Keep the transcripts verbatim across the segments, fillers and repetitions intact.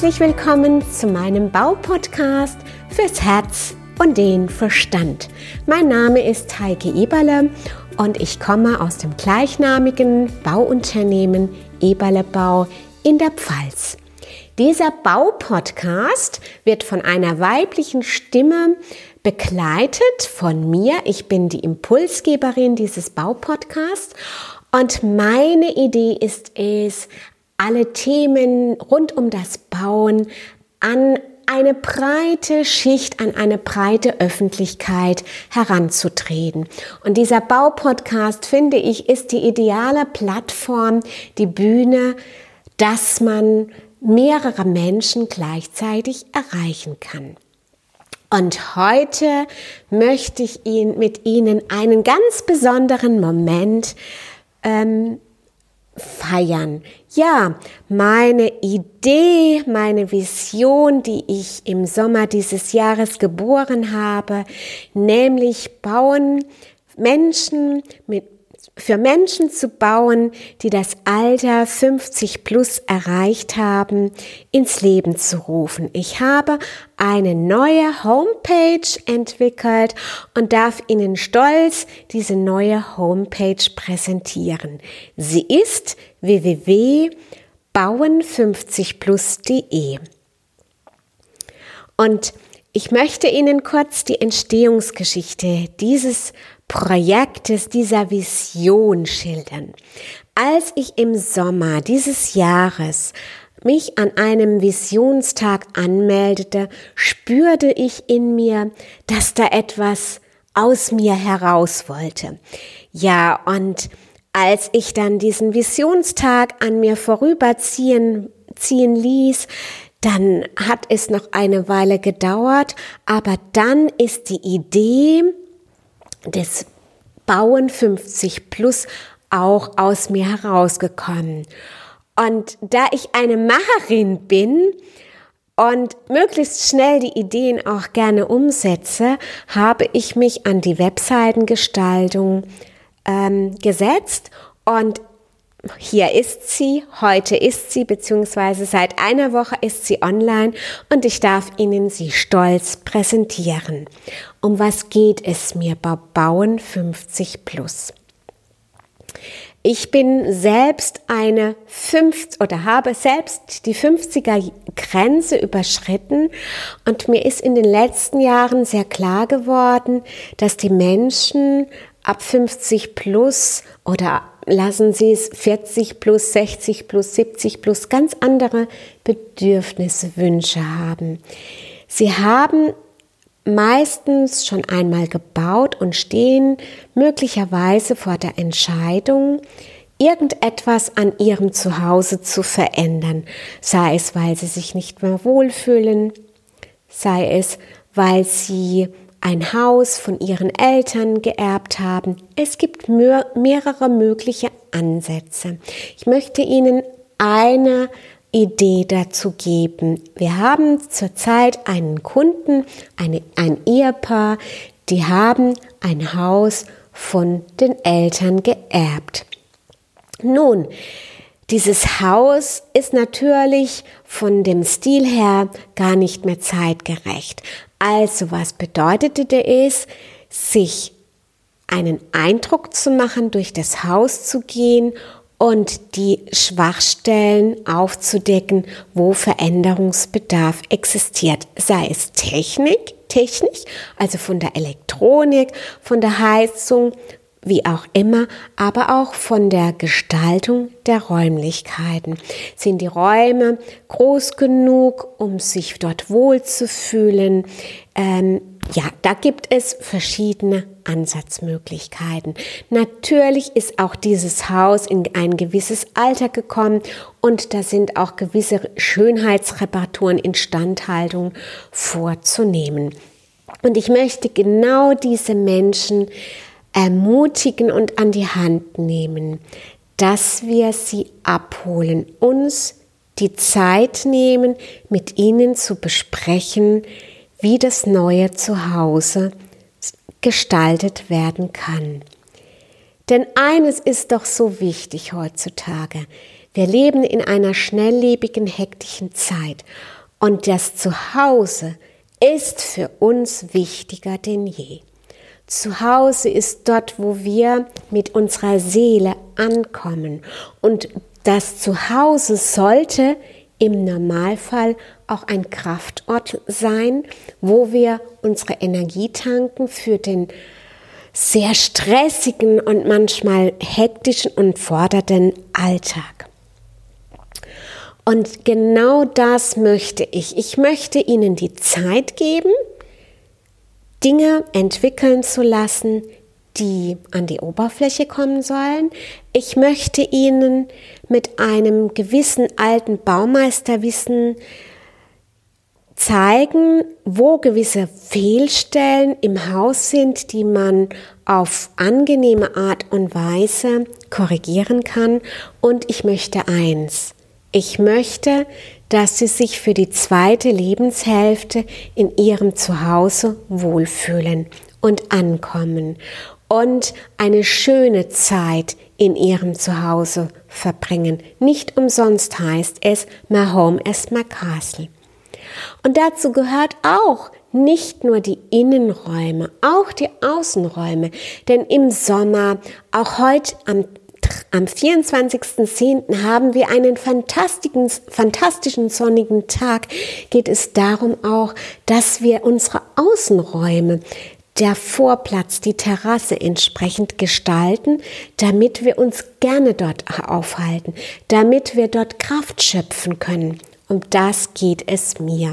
Herzlich willkommen zu meinem Baupodcast fürs Herz und den Verstand. Mein Name ist Heike Eberle und ich komme aus dem gleichnamigen Bauunternehmen Eberle Bau in der Pfalz. Dieser Baupodcast wird von einer weiblichen Stimme begleitet von mir. Ich bin die Impulsgeberin dieses Baupodcasts und meine Idee ist es, alle Themen rund um das Bauen an eine breite Schicht, an eine breite Öffentlichkeit heranzutreten. Und dieser Baupodcast, finde ich, ist die ideale Plattform, die Bühne, dass man mehrere Menschen gleichzeitig erreichen kann. Und heute möchte ich Ihnen, mit Ihnen einen ganz besonderen Moment ähm, feiern. Ja, meine Idee, meine Vision, die ich im Sommer dieses Jahres geboren habe, nämlich bauen, Menschen mit für Menschen zu bauen, die das Alter fünfzig plus erreicht haben, ins Leben zu rufen. Ich habe eine neue Homepage entwickelt und darf Ihnen stolz diese neue Homepage präsentieren. Sie ist w w w punkt bauen fünfzig plus punkt d e. Und ich möchte Ihnen kurz die Entstehungsgeschichte dieses Projektes, dieser Vision schildern. Als ich im Sommer dieses Jahres mich an einem Visionstag anmeldete, spürte ich in mir, dass da etwas aus mir heraus wollte. Ja, und als ich dann diesen Visionstag an mir vorüberziehen ziehen ließ, dann hat es noch eine Weile gedauert, aber dann ist die Idee des Bauen fünfzig plus auch aus mir herausgekommen. Und da ich eine Macherin bin und möglichst schnell die Ideen auch gerne umsetze, habe ich mich an die Webseitengestaltung ähm, gesetzt und hier ist sie, heute ist sie, beziehungsweise seit einer Woche ist sie online und ich darf Ihnen sie stolz präsentieren. Um was geht es mir bei Bauen fünfzig plus? Ich bin selbst eine fünfzig oder habe selbst die fünfziger Grenze überschritten und mir ist in den letzten Jahren sehr klar geworden, dass die Menschen ab fünfzig plus oder lassen Sie es vierzig plus, sechzig plus, siebzig plus ganz andere Bedürfnisse, Wünsche haben. Sie haben meistens schon einmal gebaut und stehen möglicherweise vor der Entscheidung, irgendetwas an ihrem Zuhause zu verändern. Sei es, weil sie sich nicht mehr wohlfühlen, sei es, weil sie ein Haus von ihren Eltern geerbt haben. Es gibt mehrere mögliche Ansätze. Ich möchte Ihnen eine Idee dazu geben. Wir haben zurzeit einen Kunden, eine, ein Ehepaar, die haben ein Haus von den Eltern geerbt. Nun, dieses Haus ist natürlich von dem Stil her gar nicht mehr zeitgerecht. Also was bedeutete es, sich einen Eindruck zu machen, durch das Haus zu gehen und die Schwachstellen aufzudecken, wo Veränderungsbedarf existiert. Sei es Technik, technisch, also von der Elektronik, von der Heizung, wie auch immer, aber auch von der Gestaltung der Räumlichkeiten. Sind die Räume groß genug, um sich dort wohlzufühlen? Ähm, ja, da gibt es verschiedene Ansatzmöglichkeiten. Natürlich ist auch dieses Haus in ein gewisses Alter gekommen und da sind auch gewisse Schönheitsreparaturen, Instandhaltung vorzunehmen. Und ich möchte genau diese Menschen ermutigen und an die Hand nehmen, dass wir sie abholen, uns die Zeit nehmen, mit ihnen zu besprechen, wie das neue Zuhause gestaltet werden kann. Denn eines ist doch so wichtig heutzutage. Wir leben in einer schnelllebigen, hektischen Zeit. Und das Zuhause ist für uns wichtiger denn je. Zuhause ist dort, wo wir mit unserer Seele ankommen. Und das Zuhause sollte im Normalfall auch ein Kraftort sein, wo wir unsere Energie tanken für den sehr stressigen und manchmal hektischen und fordernden Alltag. Und genau das möchte ich. Ich möchte Ihnen die Zeit geben, Dinge entwickeln zu lassen, die an die Oberfläche kommen sollen. Ich möchte Ihnen mit einem gewissen alten Baumeisterwissen zeigen, wo gewisse Fehlstellen im Haus sind, die man auf angenehme Art und Weise korrigieren kann. Und ich möchte eins. Ich möchte, dass Sie sich für die zweite Lebenshälfte in Ihrem Zuhause wohlfühlen und ankommen und eine schöne Zeit in Ihrem Zuhause verbringen. Nicht umsonst heißt es, my home is my castle. Und dazu gehört auch nicht nur die Innenräume, auch die Außenräume. Denn im Sommer, auch heute am, am vierundzwanzigsten zehnten haben wir einen fantastischen, fantastischen sonnigen Tag, geht es darum auch, dass wir unsere Außenräume, der Vorplatz, die Terrasse entsprechend gestalten, damit wir uns gerne dort aufhalten, damit wir dort Kraft schöpfen können. Um das geht es mir.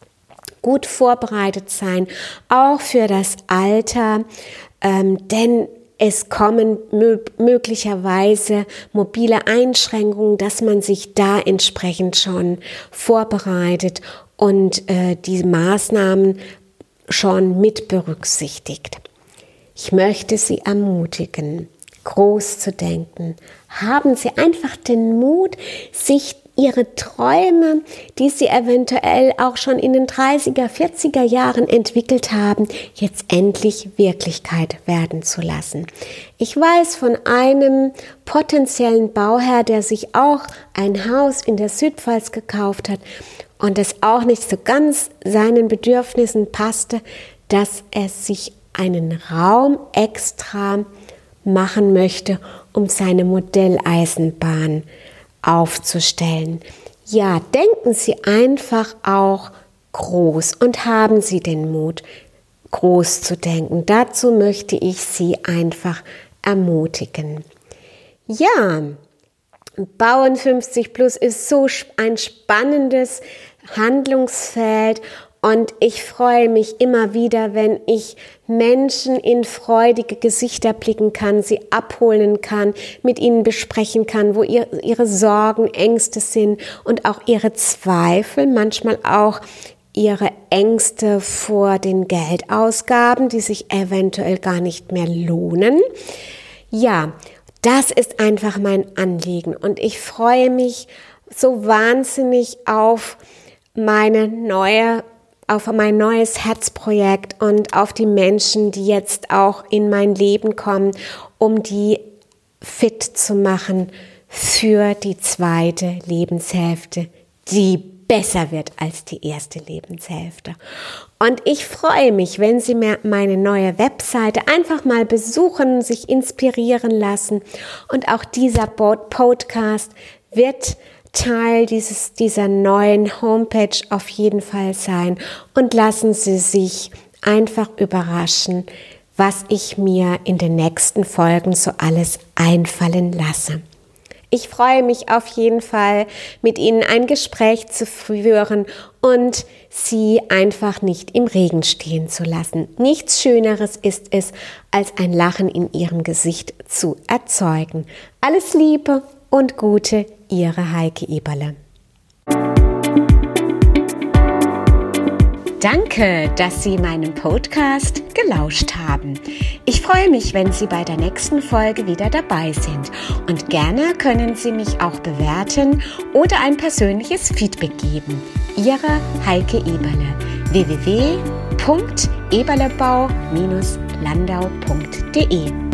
Gut vorbereitet sein, auch für das Alter, ähm, denn es kommen mö- möglicherweise mobile Einschränkungen, dass man sich da entsprechend schon vorbereitet und äh, die Maßnahmen schon mit berücksichtigt. Ich möchte Sie ermutigen, groß zu denken. Haben Sie einfach den Mut, sich Ihre Träume, die Sie eventuell auch schon in den dreißiger, vierziger Jahren entwickelt haben, jetzt endlich Wirklichkeit werden zu lassen. Ich weiß von einem potenziellen Bauherr, der sich auch ein Haus in der Südpfalz gekauft hat und es auch nicht so ganz seinen Bedürfnissen passte, dass er sich einen Raum extra machen möchte, um seine Modelleisenbahn aufzustellen. Ja, denken Sie einfach auch groß und haben Sie den Mut, groß zu denken. Dazu möchte ich Sie einfach ermutigen. Ja, Bauen fünfzig plus ist so ein spannendes Handlungsfeld und ich freue mich immer wieder, wenn ich Menschen in freudige Gesichter blicken kann, sie abholen kann, mit ihnen besprechen kann, wo ihr, ihre Sorgen, Ängste sind und auch ihre Zweifel, manchmal auch ihre Ängste vor den Geldausgaben, die sich eventuell gar nicht mehr lohnen. Ja, das ist einfach mein Anliegen und ich freue mich so wahnsinnig auf meine neue auf mein neues Herzprojekt und auf die Menschen, die jetzt auch in mein Leben kommen, um die fit zu machen für die zweite Lebenshälfte, die besser wird als die erste Lebenshälfte. Und ich freue mich, wenn Sie mir meine neue Webseite einfach mal besuchen, sich inspirieren lassen. Und auch dieser Podcast wird Teil dieses, dieser neuen Homepage auf jeden Fall sein und lassen Sie sich einfach überraschen, was ich mir in den nächsten Folgen so alles einfallen lasse. Ich freue mich auf jeden Fall, mit Ihnen ein Gespräch zu führen und Sie einfach nicht im Regen stehen zu lassen. Nichts Schöneres ist es, als ein Lachen in Ihrem Gesicht zu erzeugen. Alles Liebe und Gute, Ihre Heike Eberle. Danke, dass Sie meinem Podcast gelauscht haben. Ich freue mich, wenn Sie bei der nächsten Folge wieder dabei sind. Und gerne können Sie mich auch bewerten oder ein persönliches Feedback geben. Ihre Heike Eberle. w w w punkt eberlebau Bindestrich landau punkt de